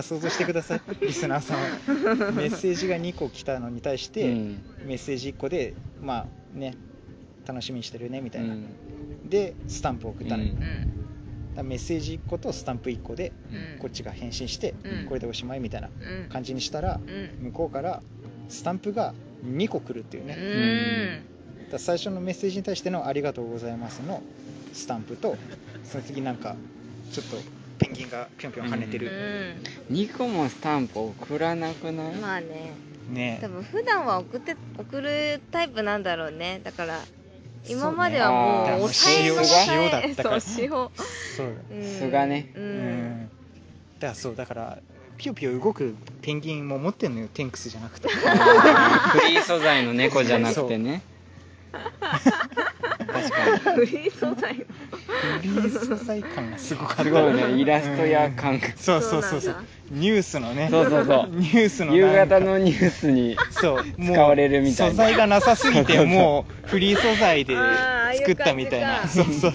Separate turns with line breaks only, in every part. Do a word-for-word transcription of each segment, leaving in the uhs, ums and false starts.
想像してくださいリスナーさんは。メッセージがにこ来たのに対して、うん、メッセージいっこでまあね楽しみにしてるねみたいな、うん、でスタンプを送ったのよ、うん、だメッセージいっことスタンプいっこで、うん、こっちが返信して、うん、これでおしまいみたいな感じにしたら、うん、向こうからスタンプがにこ来るっていうね、うん、だ最初のメッセージに対してのありがとうございますのスタンプと、その次なんかちょっとペンギンがぴょんぴょん跳ねてる、
うん、にこもスタンプ送らなくない？
まあね、
ね、
多分普段は送って送るタイプなんだろうね。だから今まではもう抑えの
塩だったから、
そう塩そう
巣がね、
うん、うん、だからそうだからピヨピヨ動くペンギンも持ってんのよ、テンクスじゃなくてフ
リー素材の猫じゃなくてね確かに
フリー素材の
フリー素材感がすごかった。
すごいね、イラストや感が、うん、
そうそうそうそう、ニュースのね、
そうそうそう
ニュースの
夕方のニュースに
そう
使われるみたいな、
素材がなさすぎてもうフリー素材で作ったみたいな、そうそう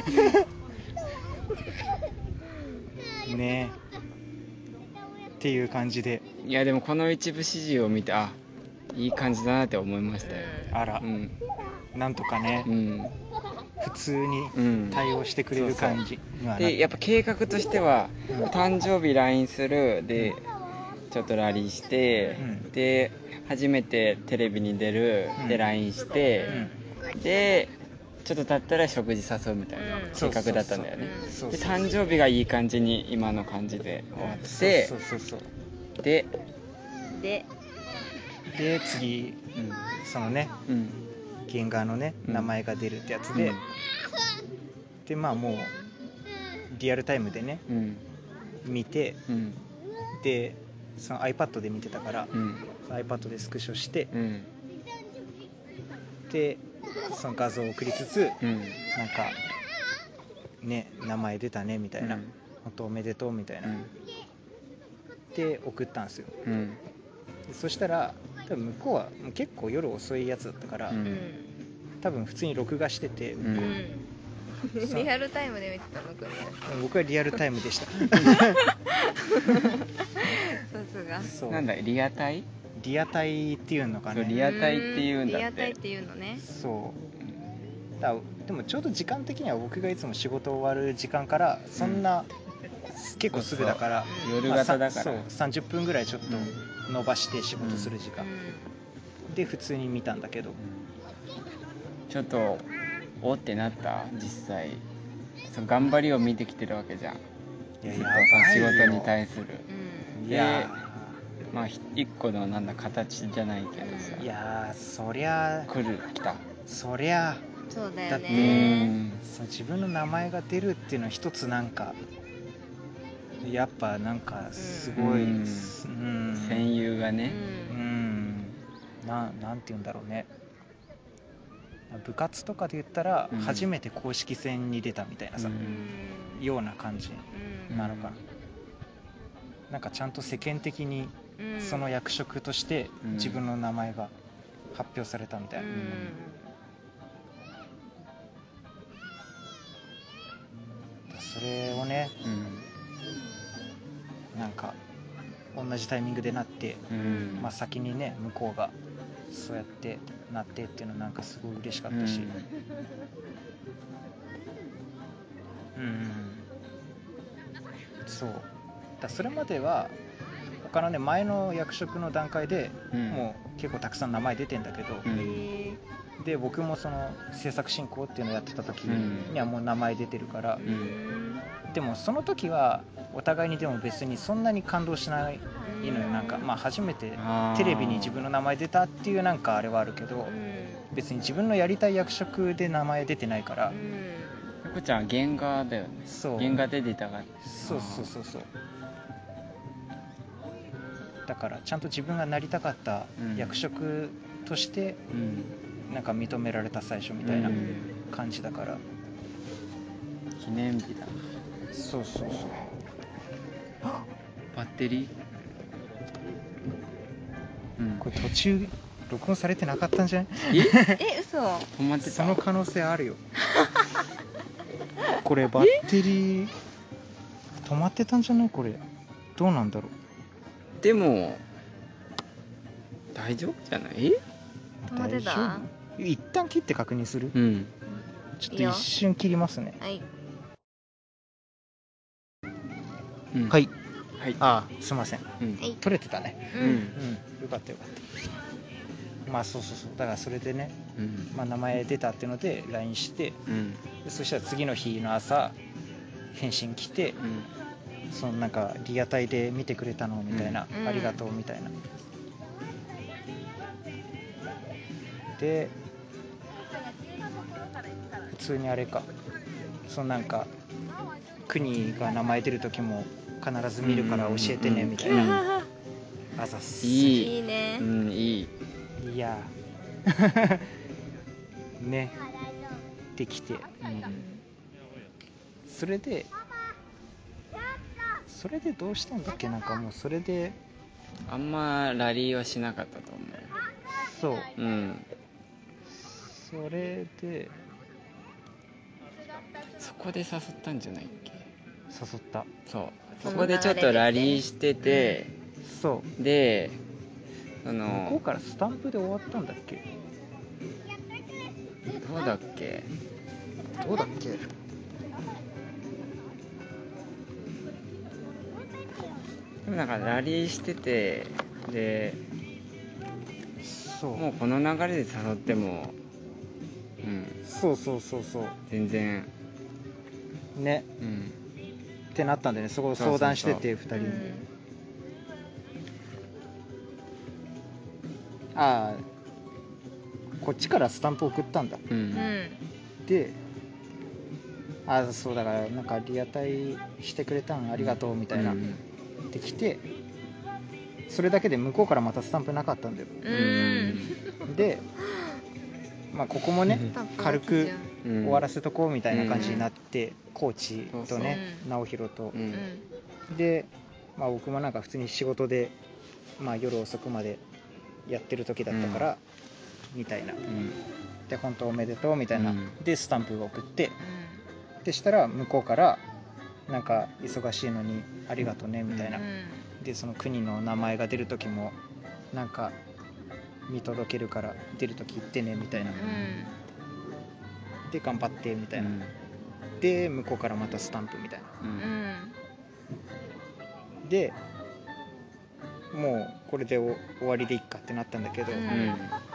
そうねっていう感じで、
いやでもこの一部始終を見て、あ、いい感じだなって思いましたよ。
あら、うん、なんとかね、うん、普通に対応してくれる感じにはなって、
うん、でやっぱ計画としては、うん、誕生日 ライン するで、うん、ちょっとラリーして、うん、で初めてテレビに出る、うん、で ライン して、うん、でちょっと経ったら食事誘うみたいな計画だったんだよね。で誕生日がいい感じに今の感じで終わって、そうそうそうそうで
で
で次、うん、そのね、うん、原画のね、うん、名前が出るってやつで、うん、でまあもうリアルタイムでね、うん、見て、うん、でその iPad で見てたから、うん、iPad でスクショして、うん、でその画像を送りつつ、うん、なんかね名前出たねみたいな、うん、本当おめでとうみたいな、うん、で送ったんですよ、うん、でそしたら多分向こうはもう結構夜遅いやつだったから、うん、多分普通に録画してて、うん
うん、リアルタイムで見てたのかね。
僕はリアルタイムでした
さすが。
そうなんだ、リアタイ
リアタイっていうのかね。
そうリアタイっていうんだって。
リアタイっていうのね。
そうだ、でもちょうど時間的には僕がいつも仕事終わる時間からそんな、うん、結構すぐだから、
そうそう夜型だから、
まあ、そうさんじゅっぷんぐらいちょっと伸ばして仕事する時間、うん、で普通に見たんだけど、うん、
ちょっとおってなった。実際その頑張りを見てきてるわけじゃん。
いや
ずっとさ仕事に対する、
うん、
で
いや
まあ一個のなんだ形じゃないけどさ、
いやそりゃ
来る来た
そりゃ
そうだよね。
だってその自分の名前が出るっていうのは一つなんかやっぱなんかすごい、うん、
戦友がね、
うん、な、なんて言うんだろうね、部活とかで言ったら初めて公式戦に出たみたいなさ、うん、ような感じなのかな、うん、なんかちゃんと世間的にその役職として自分の名前が発表されたみたいな、うんうん、それをね、うん、なんか同じタイミングでなって、うんまあ、先にね向こうがそうやってなってっていうのなんかすごい嬉しかったし、うん、うん、そうだそれまでは他のね前の役職の段階で、うん、もう結構たくさん名前出てんだけど、うん、で僕もその制作進行っていうのをやってた時にはもう名前出てるから、うん、でもその時はお互いにでも別にそんなに感動しないのよ。なんかまあ初めてテレビに自分の名前出たっていうなんかあれはあるけど、別に自分のやりたい役職で名前出てないから、
よこちゃんは原画だよね。そう原画で出たが
そうそうそうそうだからちゃんと自分がなりたかった役職としてなんか認められた最初みたいな感じだから、
記念日だ。
そうそうそう
バッテリー、うん、
これ途中録音されてなかったんじゃない？
ええ嘘
止まってた。
その可能性あるよこれバッテリー止まってたんじゃないこれ。 どうなんだろ
う。でも大丈夫じゃない？
もう出た？
一旦切って確認する？
うん。
ちょっと一瞬切りますね。
はい、
うん、はい、
はい、
ああすいません、うん、
はい、
取れてたね。
うん、うん、
よかったよかった。まあそうそうそう、だからそれでね、うん、まあ、名前出たっていうので ライン して、うん、でそしたら次の日の朝返信来て、うん、そのなんかリアタイで見てくれたのみたいな、うん、ありがとうみたいな。で普通にあれか、そのなんか国が名前出る時も必ず見るから教えてねみたいな、うんうんうん、あざっす。
い
いいね、
うん、いい。
いやね、できて、うん、それでそれでどうしたんだっけ。なんかもうそれで
あんまラリーはしなかったと思う。
そう、
うん、
それで
そこで誘ったんじゃないっけ。
誘った。
そう、そこでちょっとラリーしてて、
うん、そう
でその
向こうからスタンプで終わったんだっけ。
どうだっけ
どうだっけ
でもなんかラリーしてて、でそうもうこの流れで誘っても、うん、
そうそうそうそう
全然
ね、うん、ってなったんでね、そこを相談しててふたりに、うん、ああこっちからスタンプ送ったんだ、うん、でああそうだからなんかリアタイしてくれたんありがとうみたいな、うん、できて、それだけで向こうからまたスタンプなかったんだよ、うん、で、まあ、ここもね軽く終わらせとこうみたいな感じになって、うん、コーチとね、うん、直弘と、うん、で、まあ、僕もなんか普通に仕事で、まあ、夜遅くまでやってる時だったから、うん、みたいな、うん、で本当おめでとうみたいな、うん、でスタンプを送って、うん、でしたら向こうからなんか忙しいのにありがとうねみたいな、うん、でその国の名前が出る時もなんか見届けるから出る時言ってねみたいな、うん、で頑張ってみたいな、うん、で向こうからまたスタンプみたいな、うん、でもうこれで終わりでいっかってなったんだけど、うん、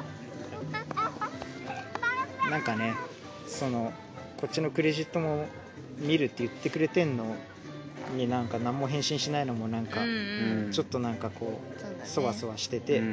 なんかねそのこっちのクレジットも見るって言ってくれてんのになんか何も返信しないのもなんかちょっとなんかこうそわそわしてて、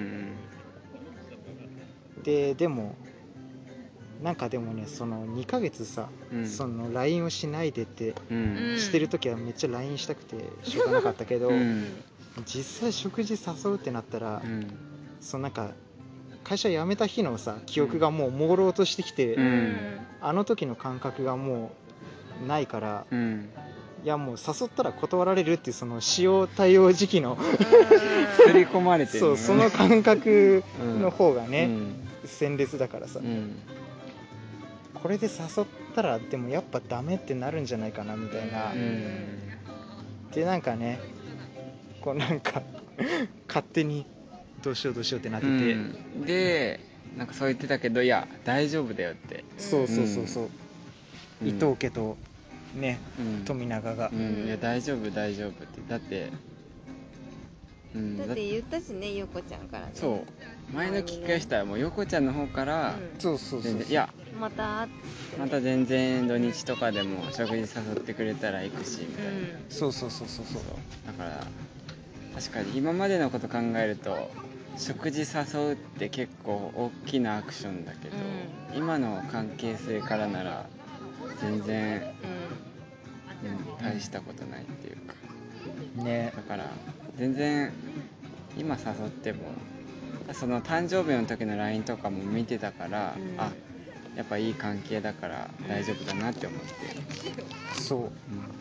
ででもなんかでもねそのにかげつさ、うん、その ライン をしないでって、うん、してる時はめっちゃ ライン したくてしょうがなかったけど、うん、実際食事誘うってなったら、うん、そのなんか会社辞めた日のさ記憶がもう朦朧としてきて、うん、あの時の感覚がもうないから、うん、いやもう誘ったら断られるっていうその使用対応時期の
刷り込まれてる、
そうその感覚の方がね、うん、鮮烈だからさ、うん、これで誘ったらでもやっぱダメってなるんじゃないかなみたいな、うん、でなんかねこうなんか勝手にどうしようどうしようってなってて、
うん、でなんかそう言ってたけどいや大丈夫だよって、
そうそうそうそう、うん、伊藤家とね、うん、富永が、
うん、いや大丈夫大丈夫ってだって、
うん、だって言ったしね横ちゃんからね。
そう前の聞き返したらもう横ちゃんの方から、
うん、そうそうそうそう
いや
また
また全然土日とかでも食事誘ってくれたら行くしみたいな、うん、
そうそうそうそうそう
だから確かに今までのこと考えると食事誘うって結構大きなアクションだけど、うん、今の関係性からなら全然、うんうん、大したことないっていうか、ね、だから全然今誘ってもその誕生日の時の ライン とかも見てたから、うん、あやっぱいい関係だから大丈夫だなって思って、
そう、うん、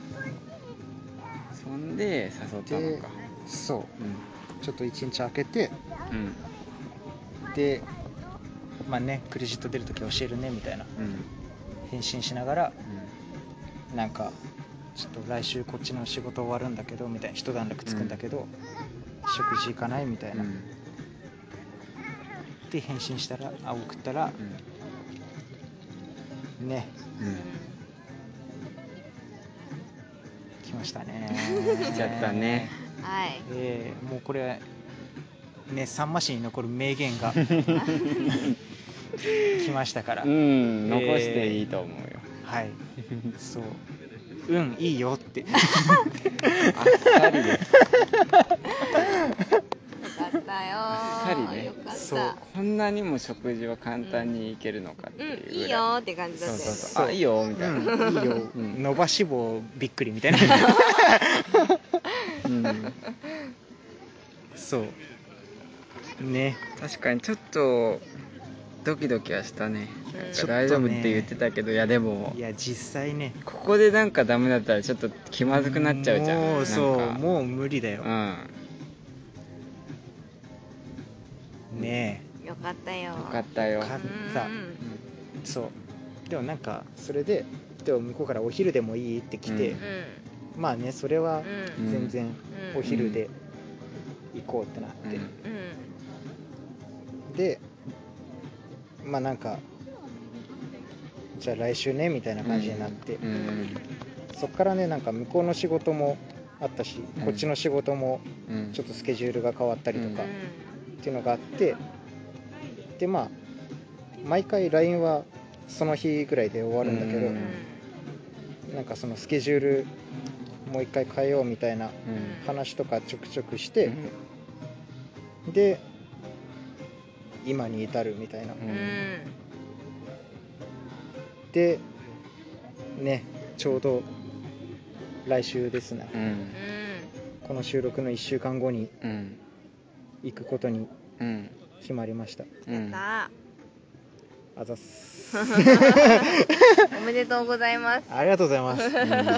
そんで誘ったのか。
そう、うん、ちょっと一日空けて、うん、でまあねクレジット出るとき教えるねみたいな、うん、返信しながら、うん、なんかちょっと来週こっちの仕事終わるんだけどみたいな、一段落つくんだけど、うん、食事行かないみたいな、うん、で返信したら、あ送ったら、うん、ね、うん、来ましたね
来ちゃったね。
はい、
えー、もうこれね、さんま市に残る名言が来ましたから、
うん、残していいと思うよ。
はいそう、うんいいよって
あっさりで
よかったよ
あっさりね。
よかった。
そうこんなにも食事は簡単にいけるのかっていうぐらい、
うんうん、いいよって感じだったよね。
そうそうそう、あいいよみたいな、
うん、いいよ、うん、伸ばし棒びっくりみたいな、うん、そうね、
確かにちょっとドキドキはしたね。なんか大丈夫って言ってたけど、ね、いやでも
いや実際ね、
ここでなんかダメだったらちょっと気まずくなっちゃうじゃん。
もうそうもう無理だよ、うん、ね
えよかったよ
よかったよ
よかった、うん、そうでもなんかそれででも向こうからお昼でもいいって来て、うん、まあねそれは全然お昼で行こうってなって、うんうん、でまあなんかじゃあ来週ねみたいな感じになって、うんうん、そっからねなんか向こうの仕事もあったし、うん、こっちの仕事もちょっとスケジュールが変わったりとか、うん、っていうのがあって、でまあ毎回 ライン はその日ぐらいで終わるんだけど、うん、なんかそのスケジュールもう一回変えようみたいな話とかちょくちょくして、うん、で今に至るみたいな、うん、でねちょうど来週ですね、うん、この収録のいっしゅうかんごに行くことに決まりました、うん、
やった
あざっす
おめでとうございます。
ありがとうございます、うん、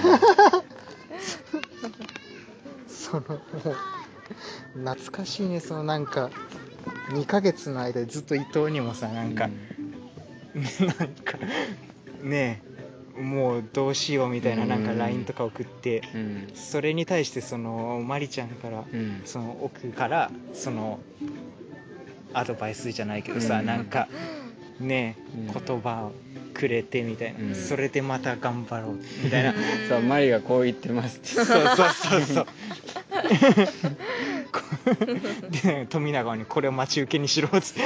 そのもう懐かしいね、そのなんかにかげつの間ずっと伊藤にもさなんか、うん、なんかねえもうどうしようみたいななんか ライン とか送って、うん、それに対してそのマリちゃんから、うん、その奥からそのアドバイスじゃないけどさ、うん、なんかねえ、うん、言葉をくれてみたいな、うん、それでまた頑張ろうみたいな、
そうマリがこう言ってますって
そうそうそうそうで富永にこれを待ち受けにしろっつって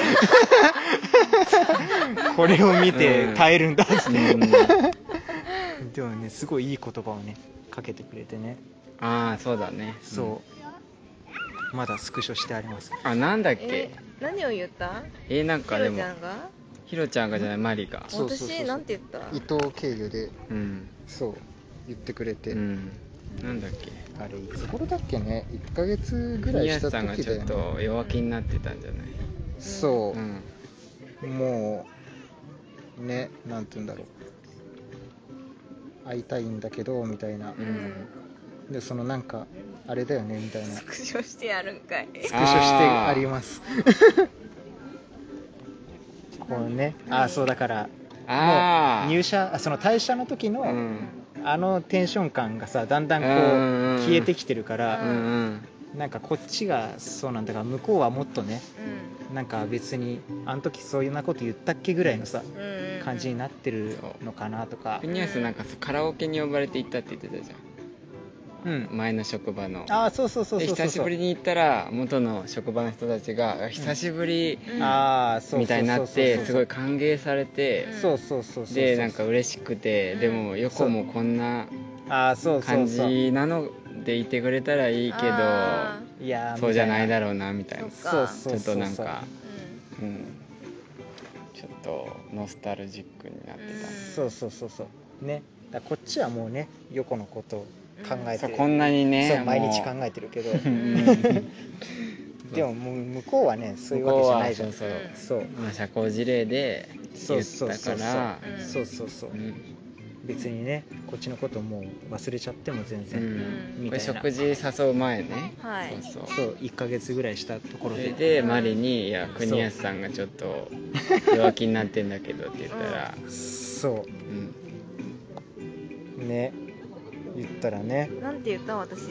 これを見て耐えるんだっつって、うんうん、でもねすごいいい言葉をねかけてくれてね、
ああそうだね、
そう、うん、まだスクショしてあります。
あなんだっけ、
え何を言った？
えなんかでも
ヒロちゃんが
ヒロちゃんがじゃないマリが、
そうそうそうそう私なんて言った？
伊藤経由で、うん、そう言ってくれて、うん、
なんだっけ
あれいつ頃だっけね、いっかげつぐらいした時だよね。
宮さんがちょっと弱気になってたんじゃない？
そう、うん、もうねなんて言うんだろう、会いたいんだけどみたいな、うん、でそのなんかあれだよねみたいな、
スクショしてやるんかい、
スクショしてありますこうね、ああそうだからもう入社その退社の時の、うん、あのテンション感がさだんだんこう消えてきてるから、うん、なんかこっちがそうなんだから向こうはもっとね、うん、なんか別にあの時そういうなこと言ったっけぐらいのさ、うん、感じになってるのかなとか。
ニュースなんかカラオケに呼ばれて行ったって言ってたじゃん、うん、前の職場の、
あそうそうそうそうそう、
久しぶりに行ったら元の職場の人たちが久しぶり、うん、あみたいになってすごい歓迎されて、
そうそうそうそう、
でなんか嬉しくて、うん、でも横もこんな感じなのでいてくれたらいいけど、いやそうじゃないだろうなみたいな、
そうそうそうそう、
ちょっとなんか、うんうん、ちょっとノスタルジックになってた、
うん、そうそうそうそうね、だこっちはもうね横のことを考えてる、
うん、こんなにね
そう毎日考えてるけどでももう向こうはねそういうわけじゃないじゃん、
そうそうそう、まあ、社交辞令で言ったから
そうそうそう、うん、別にねこっちのこともう忘れちゃっても全然、うん、みたいな。
これ食事誘う前ね、
はい、
そうそうそういっかげつぐらいしたところで
でマリに「いや国安さんがちょっと弱気になってんだけど」って言ったら
そう、うん、ね言ったらね。
なんて言った私。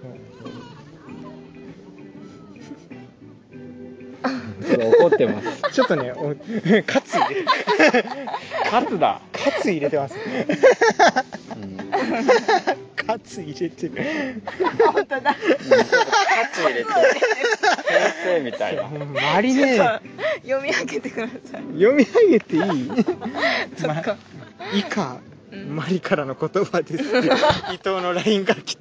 怒ってます。
ちょっとね、カツ入れて
カツだ。
カツ入れてますね。
うん、
カツ入れてる。
本当だ。カ
ツ入れてる。先生みたいな。
マリネ
読み上げてください。
読み上げていい？
そっか。
以下、うん、マリからの言葉ですって伊藤の ライン が来て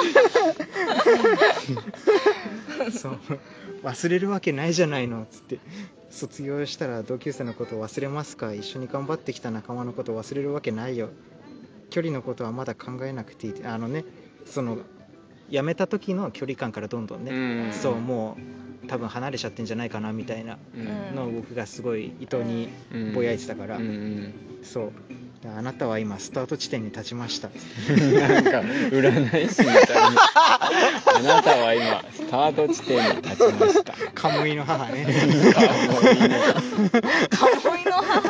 そう忘れるわけないじゃないのつって、卒業したら同級生のことを忘れますか、一緒に頑張ってきた仲間のことを忘れるわけないよ、距離のことはまだ考えなくていい、あのね、その辞めた時の距離感からどんどんね、うん、そうもう多分離れちゃってんじゃないかなみたいなのを僕がすごい伊藤にぼやいてたから、うんうん、そうあなたは今スタート地点に立ちました
なんか占い師みたいにあなたは今スタート地点に立ちました。
カムイの母ね
カムイの母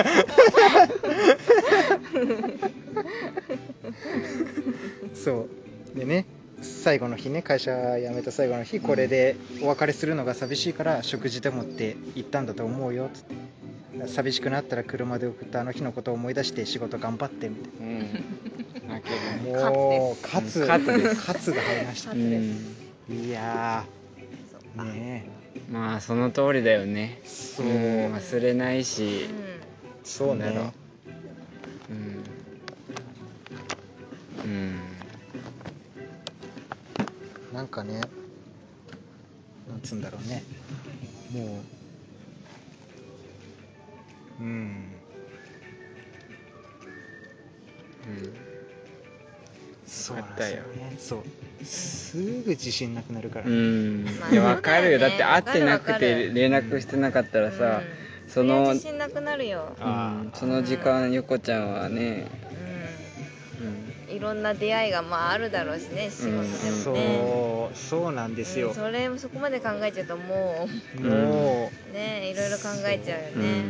そうでね、最後の日ね、会社辞めた最後の日、これでお別れするのが寂しいから食事でもって言ったんだと思うよつって、寂しくなったら車で送ったあの日のことを思い出して仕事頑張ってみたいな、うん、もうカツ、カツです、カツが入りました、うん、いやーね
え、まあその通りだよね。そう、うん、忘れないし、うん、
そうね、うん、うん、なんかね、なんつうんだろうね、もううん、うん、そうなんですよね。そうすぐ自信なくなるから、ね、うん、
いや分かるよ。だって会ってなくて連絡してなかったらさ、
うん、その自信なくなるよ、
うん、その時間横ちゃんはね、
うん、いろんな出会いがまああるだろうしね、仕事でもね、
そうそうなんですよ、
うん、それそこまで考えちゃうともう
も
うね、いろいろ考えちゃうよね、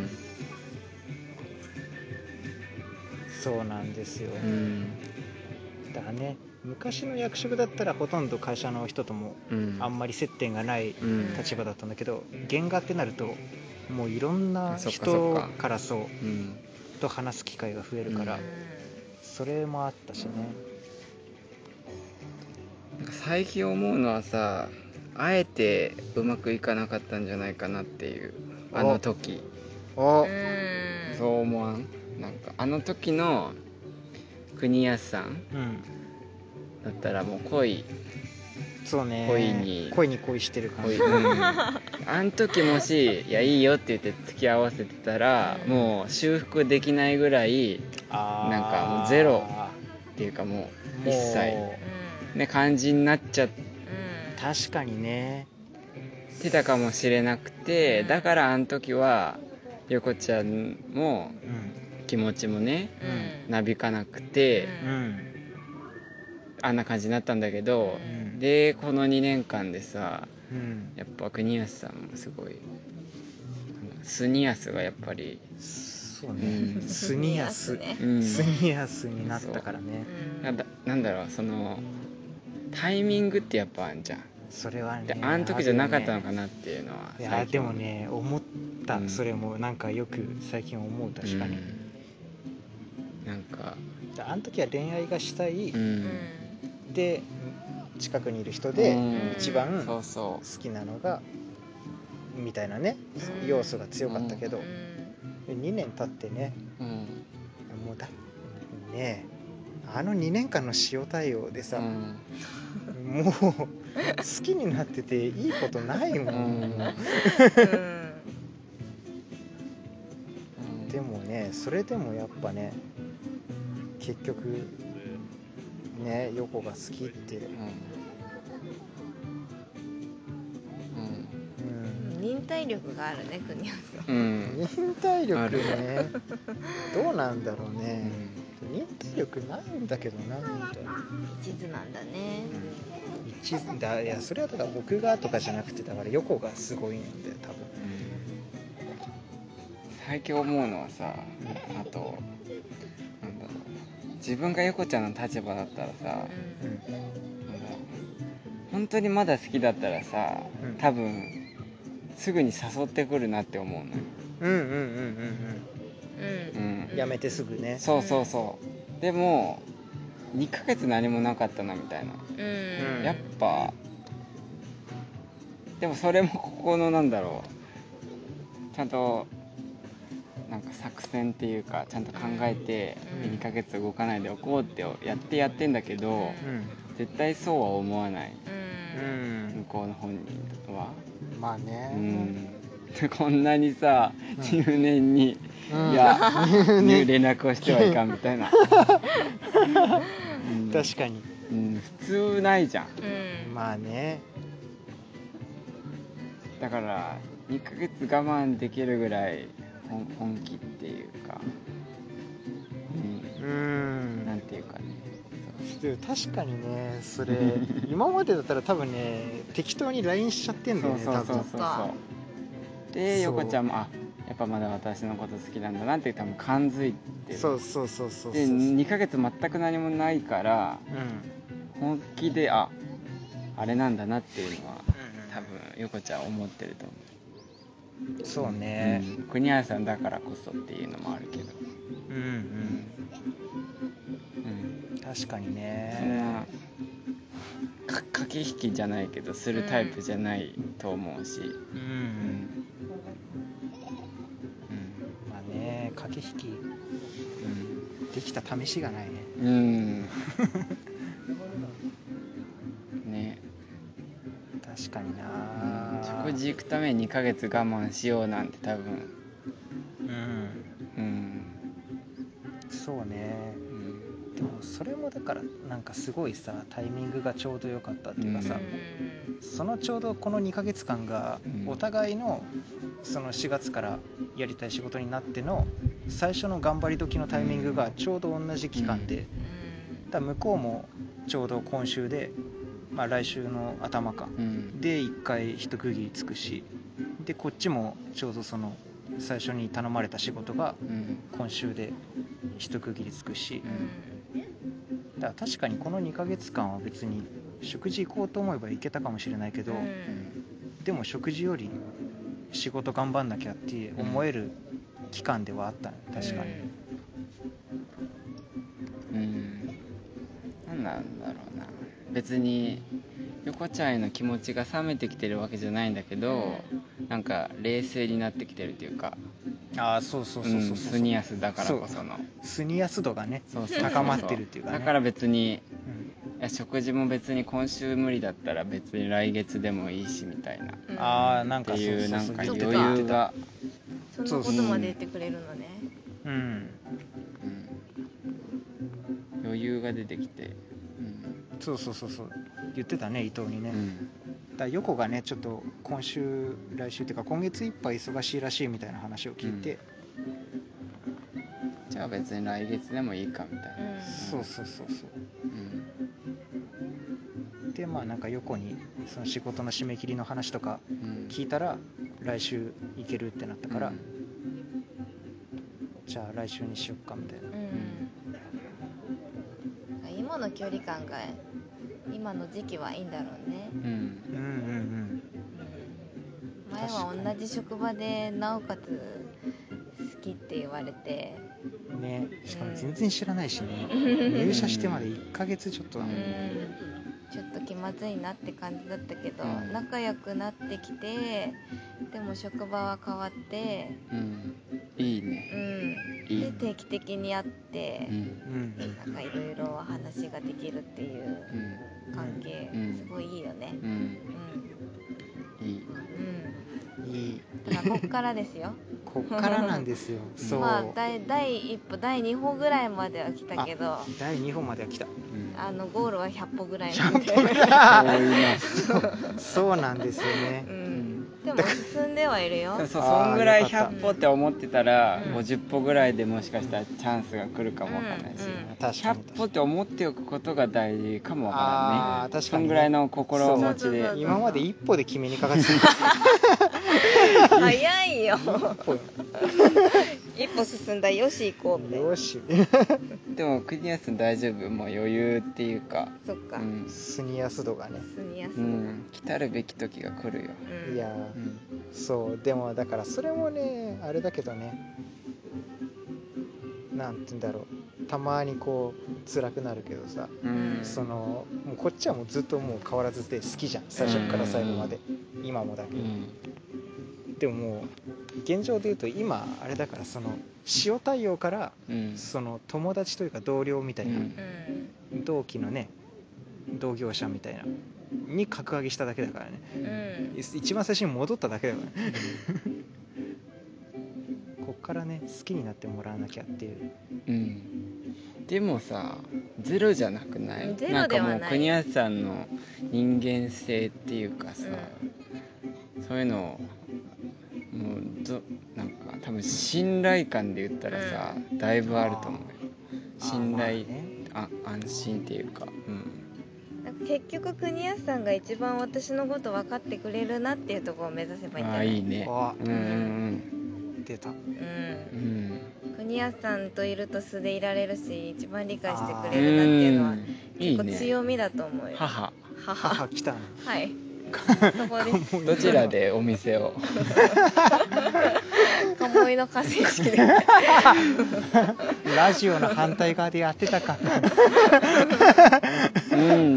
そう、そうなんですよ、うん、だからね、昔の役職だったらほとんど会社の人ともあんまり接点がない立場だったんだけど、原画ってなるともういろんな人からそう、うん、と話す機会が増えるから、うん、それもあったしね。
最近思うのはさ、あえてうまくいかなかったんじゃないかなっていう、あの時
お
そう思わん？なんかあの時の国安さん、うん、だったらもう恋、
そうね、
恋に
恋に恋してる感じ、
うん、あの時もしいやいいよって言って付き合わせてたら、うん、もう修復できないぐらいなんかもうゼロっていうかもう一切ね感じになっちゃって、
うん、確かにね
てたかもしれなくて、だからあの時は横ちゃんも気持ちもね、うん、なびかなくて、うん、あんな感じになったんだけど、うん、でこのにねんかんでさ、うん、やっぱ国安さんもすごいスニアスがやっぱり
そうね、うん、スニアス、ね、うん、スニアスになったからね、
な, だなんだろう、そのタイミングってやっぱあんじゃん、
それはね、
あの時じゃなかったのかなっていうのは、
ね、いやでもね思った、うん、それもなんかよく最近思う、確かに、
うん、なんか
あの時は恋愛がしたい、うん、で近くにいる人で一番好きなのがみたいなね、うん、要素が強かったけど、うん、にねん経ってね、うん、もうだねあのにねんかんの塩対応でさ、うん、もう好きになってていいことないもん、うん、でもね、それでもやっぱね結局ね横が好きって、うん
うん、忍耐力があるね、国安さん、
うん、忍耐力ねどうなんだろうね、うん、忍耐力ないんだけどな、
一途なんだね、
うん、一途だ、いやそれはだから僕がとかじゃなくて、だから横がすごいんだよ多分、うん、
最近思うのはさ、うん、あとなんだろ自分が横ちゃんの立場だったらさ、うん、なんだろう、本当にまだ好きだったらさ、うん、多分すぐに誘ってくるなって思うの。
うんうんうんうんうん、うん、やめてすぐね。
そうそうそう。でもにかげつ何もなかったなみたいな、うん、やっぱでもそれもここのなんだろう、ちゃんとなんか作戦っていうかちゃんと考えて、うん、にかげつ動かないでおこうってやってやってんだけど、うん、絶対そうは思わない、うん、向こうの本人は。
まあね、
うん、こんなにさ、うん、入念に、うん、いや連絡をしてはいかんみたいな、
うん、確かに、
うん、普通ないじゃん、
うん、まあね。
だからにかげつ我慢できるぐらい 本, 本気っていうか、うん、うん、なんていうかね。
確かにね、それ今までだったら多分ね適当に ライン しちゃってんだよね。
そうそうそうそうそうで横ちゃんもあやっぱまだ私のこと好きなんだなって多分感づいてる。
そうそうそうそうそう。
でにかげつ全く何もないから、うん、本気でああれなんだなっていうのは、うん、多分横ちゃん思ってると思
う。そうね、
うん、国谷さんだからこそっていうのもあるけど、うんうん、
うん、確かにね。
そんな駆け引きじゃないけどするタイプじゃないと思うし、うんうんうん、
まあね、駆け引き、うん、できた試しがないね。
うんね、
確かにな、
うん、食事行くためににかげつ我慢しようなんて多分、
うん、うん、そうね、うん、でもそれもだからなんかすごいさタイミングがちょうど良かったっていうかさ、うん、そのちょうどこのにかげつかんがお互いのそのしがつからやりたい仕事になっての最初の頑張り時のタイミングがちょうど同じ期間で、だ向こうもちょうど今週で、まあ、来週の頭か、うん、でいっかい一区切りつくし、でこっちもちょうどその最初に頼まれた仕事が今週で一区切りつくし、うん、だから確かにこのにかげつかんは別に食事行こうと思えば行けたかもしれないけど、うん、でも食事より仕事頑張んなきゃって思える期間ではあったね、確かに。
うん、うん、なんなんだろうな、別に横ちゃんへの気持ちが冷めてきてるわけじゃないんだけど、うん、なんか冷静になってきてるっていうか、
ああそうそうそうそうそう、うん、
スニヤスだからこその
スニヤス度がね、そうそうそうそう高まってるっていうかね。
だから別に、うん、いや食事も別に今週無理だったら別に来月でもいいしみたいな、うん、
ああなんか
っていう
そうそうそう
なんか余裕が、
そんなことまで言ってくれるのね。うん、うん、
余裕が出てきて、うん、
そうそうそうそう言ってたね伊藤にね、うん、だ横がねちょっと今週来週っていうか今月いっぱい忙しいらしいみたいな話を聞いて、
うん、じゃあ別に来月でもいいかみたいな、うん、
そうそうそうそう、うん、でまあなんか横にその仕事の締め切りの話とか聞いたら、うん、来週行けるってなったから、うん、じゃあ来週にしよっかみたいな、
うん、今の距離感が今の時期はいいんだろうね、うん、うんうんうん、前は同じ職場でなおかつ好きって言われて
ね、しかも全然知らないしね、うん、入社してまでいっかげつちょっとだもんね、
うん、ちょっと気まずいなって感じだったけど、うん、仲良くなってきてでも職場は変わって、
うん、いいね、
うん、で定期的に会って、うん、なんかいろいろ話ができるっていう関係、うん、すごいいいよね、うん
うん、いい、
うん、いい、ただこっからですよ
こっからなんですよそう
まあ第、第一歩第二歩ぐらいまでは来たけど
第二歩までは来た、
あのゴールはひゃっぽぐらいなんで
そうそうなんですよね、うん、
でも進んではいるよ。
そうそう、そんぐらいひゃっぽって思ってたら、うん、ごじゅっぽぐらいでもしかしたらチャンスが来るかもわかんないし、うんうん、ひゃっぽって思っておくことが大事かもわからんね。あ確かにね、そんぐらいの心持ちで
今まで一歩で決めにかかってた
早いよ一歩進んだ、よし行こうみたいな。
よし
でも国安さん大丈夫、もう余裕っていうか、
そっか、
うん、
スニアス度がね、
スニアス
うん、来たるべき時が来るよ、
うん、
いや、
うん、
そうでもだからそれもねあれだけどね、なんて言うんだろう、たまにこう辛くなるけどさ、
うん、
そのもうこっちはもうずっともう変わらずで好きじゃん、最初から最後まで、うん、今もだけど、うん、でももう現状で言うと今あれだから、その塩対応から、うん、その友達というか同僚みたいな、うん、同期のね同業者みたいなに格上げしただけだからね、うん、一番最初に戻っただけだからねこっからね好きになってもらわなきゃっていう、
うん、でもさゼロじゃなくない？
ゼロではない。
なんかもう国安さんの人間性っていうかさ、うん、そういうのをもうどなんか多分信頼感で言ったらさ、うん、だいぶあると思うよ。信頼、あ、安心っていうか、うん、
なんか結局国安さんが一番私のこと分かってくれるなっていうところを目指せばいいんじゃない？
あ、いいね。うんうんうん、
出た。うん、
うん、国安さんといると素でいられるし、一番理解してくれるなっていうのは結構強みだと思うよ。いいね、
母
母母来たの。
はいそこです。
どちらでお店を
鴨居の河川敷で
ラジオの反対側でやってたか
うん、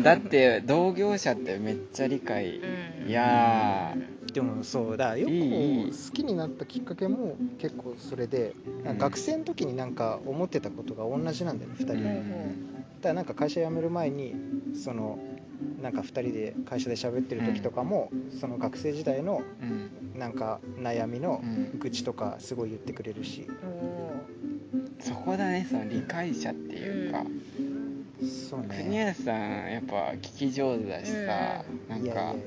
だって同業者ってめっちゃ理解、うん、いや
でもそうだ、よく好きになったきっかけも結構それで、うん、学生の時になんか思ってたことが同じなんだよね、ふたり、うん、だからなんか会社辞める前にそのなんかふたりで会社で喋ってる時とかも、うん、その学生時代のなんか悩みの愚痴とかすごい言ってくれるし、
うん、そこだね、その理解者っていうか、うん、そうね、国安さんやっぱ聞き上手だしさ、うん、なんかいやいやいや、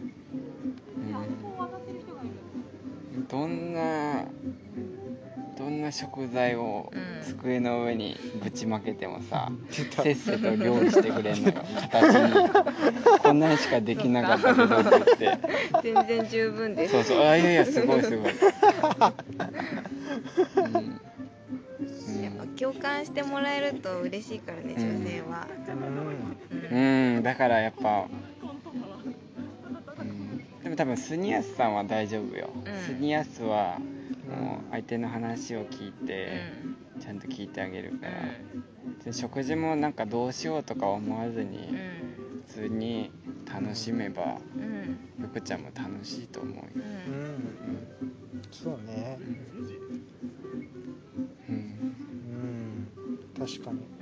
うん、どんなどんな食材を机の上にぶちまけてもさ、うん、せっせと料理してくれんのよ形にこんなにしかできなかったけどって言って
全然十分です。
そうそう、あ、いやいやすごいすごい、うん、
やっぱ共感してもらえると嬉しいからね、女性は、
うん、うん、だからやっぱ、うん、でも多分スニアスさんは大丈夫よ、うん、スニアスはもう相手の話を聞いて、うん、ちゃんと聞いてあげるから、うん、食事もなんかどうしようとか思わずに、うん、普通に楽しめば、うん、よくちゃんも楽しいと思うよ、うんうん、
そうね、うん、うん、確かに、
うん、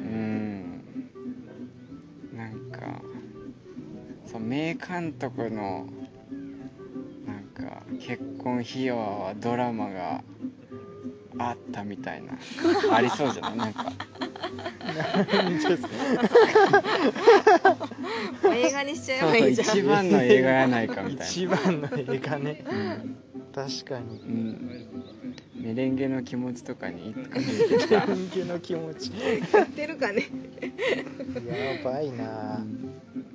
なんかそう、名監督のなんか結婚秘話はドラマがあったみたいなありそうじゃない？なんか
何ですか
映画にしちゃえばいいじゃん。
そうそう、一番の映画やないかみたいな
一番の映画ね、うん、確かに、うん、
メレンゲの気持ちとかにいつか出てた
メレンゲの気持ち
やってるかね
やばいな、うん、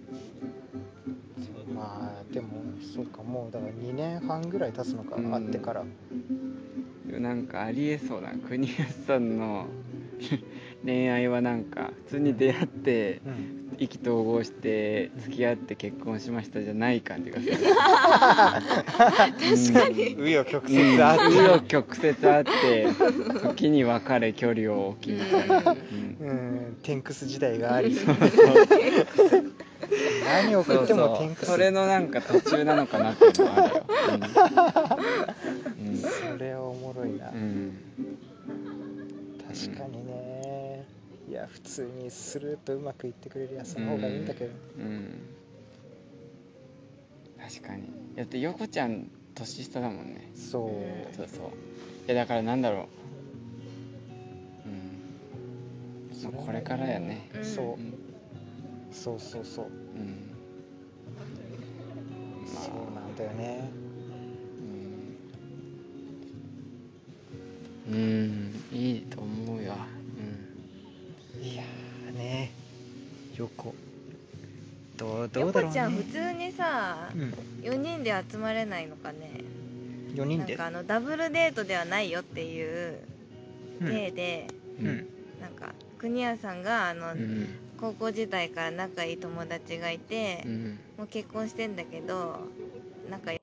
まあでもそうか、もうだからにねんはんぐらい経つのか、うん、会ってから。
なんかありえそうな、国安さんの恋愛はなんか普通に出会って、うん、意気投合して付き合って結婚しましたじゃない感じがする確
かに
紆余曲折あって紆
余曲折あって時に別れ距離を置きみたいな、うんうん、
テンクス時代があり
そうそう
何を送ってもテンクス、
それのなんか途中なのかなっていうのはあるよ、
うんうん、それはおもろいな、うん、確かにね、いや普通にスルーとうまくいってくれるやつの方がいいんだけど、うんうん、
確かに、だって横ちゃん年下だもんね、
そう
そうそう、いやだからなんだろう、うん、もうこれからやね、
うん、そう、うん、そうそうそう、うん、まあ、そうなんだよね、
うん、うん、いいと思うよ、
うん、いやーね、横どうどうだろうね、
横ちゃん普通にさ、うん、よにんで集まれないのかね、
よにんで
なんかあのダブルデートではないよっていう体で、うん、なんか国谷さんがあの、うん、高校時代から仲いい友達がいて、うん、もう結婚してんだけど仲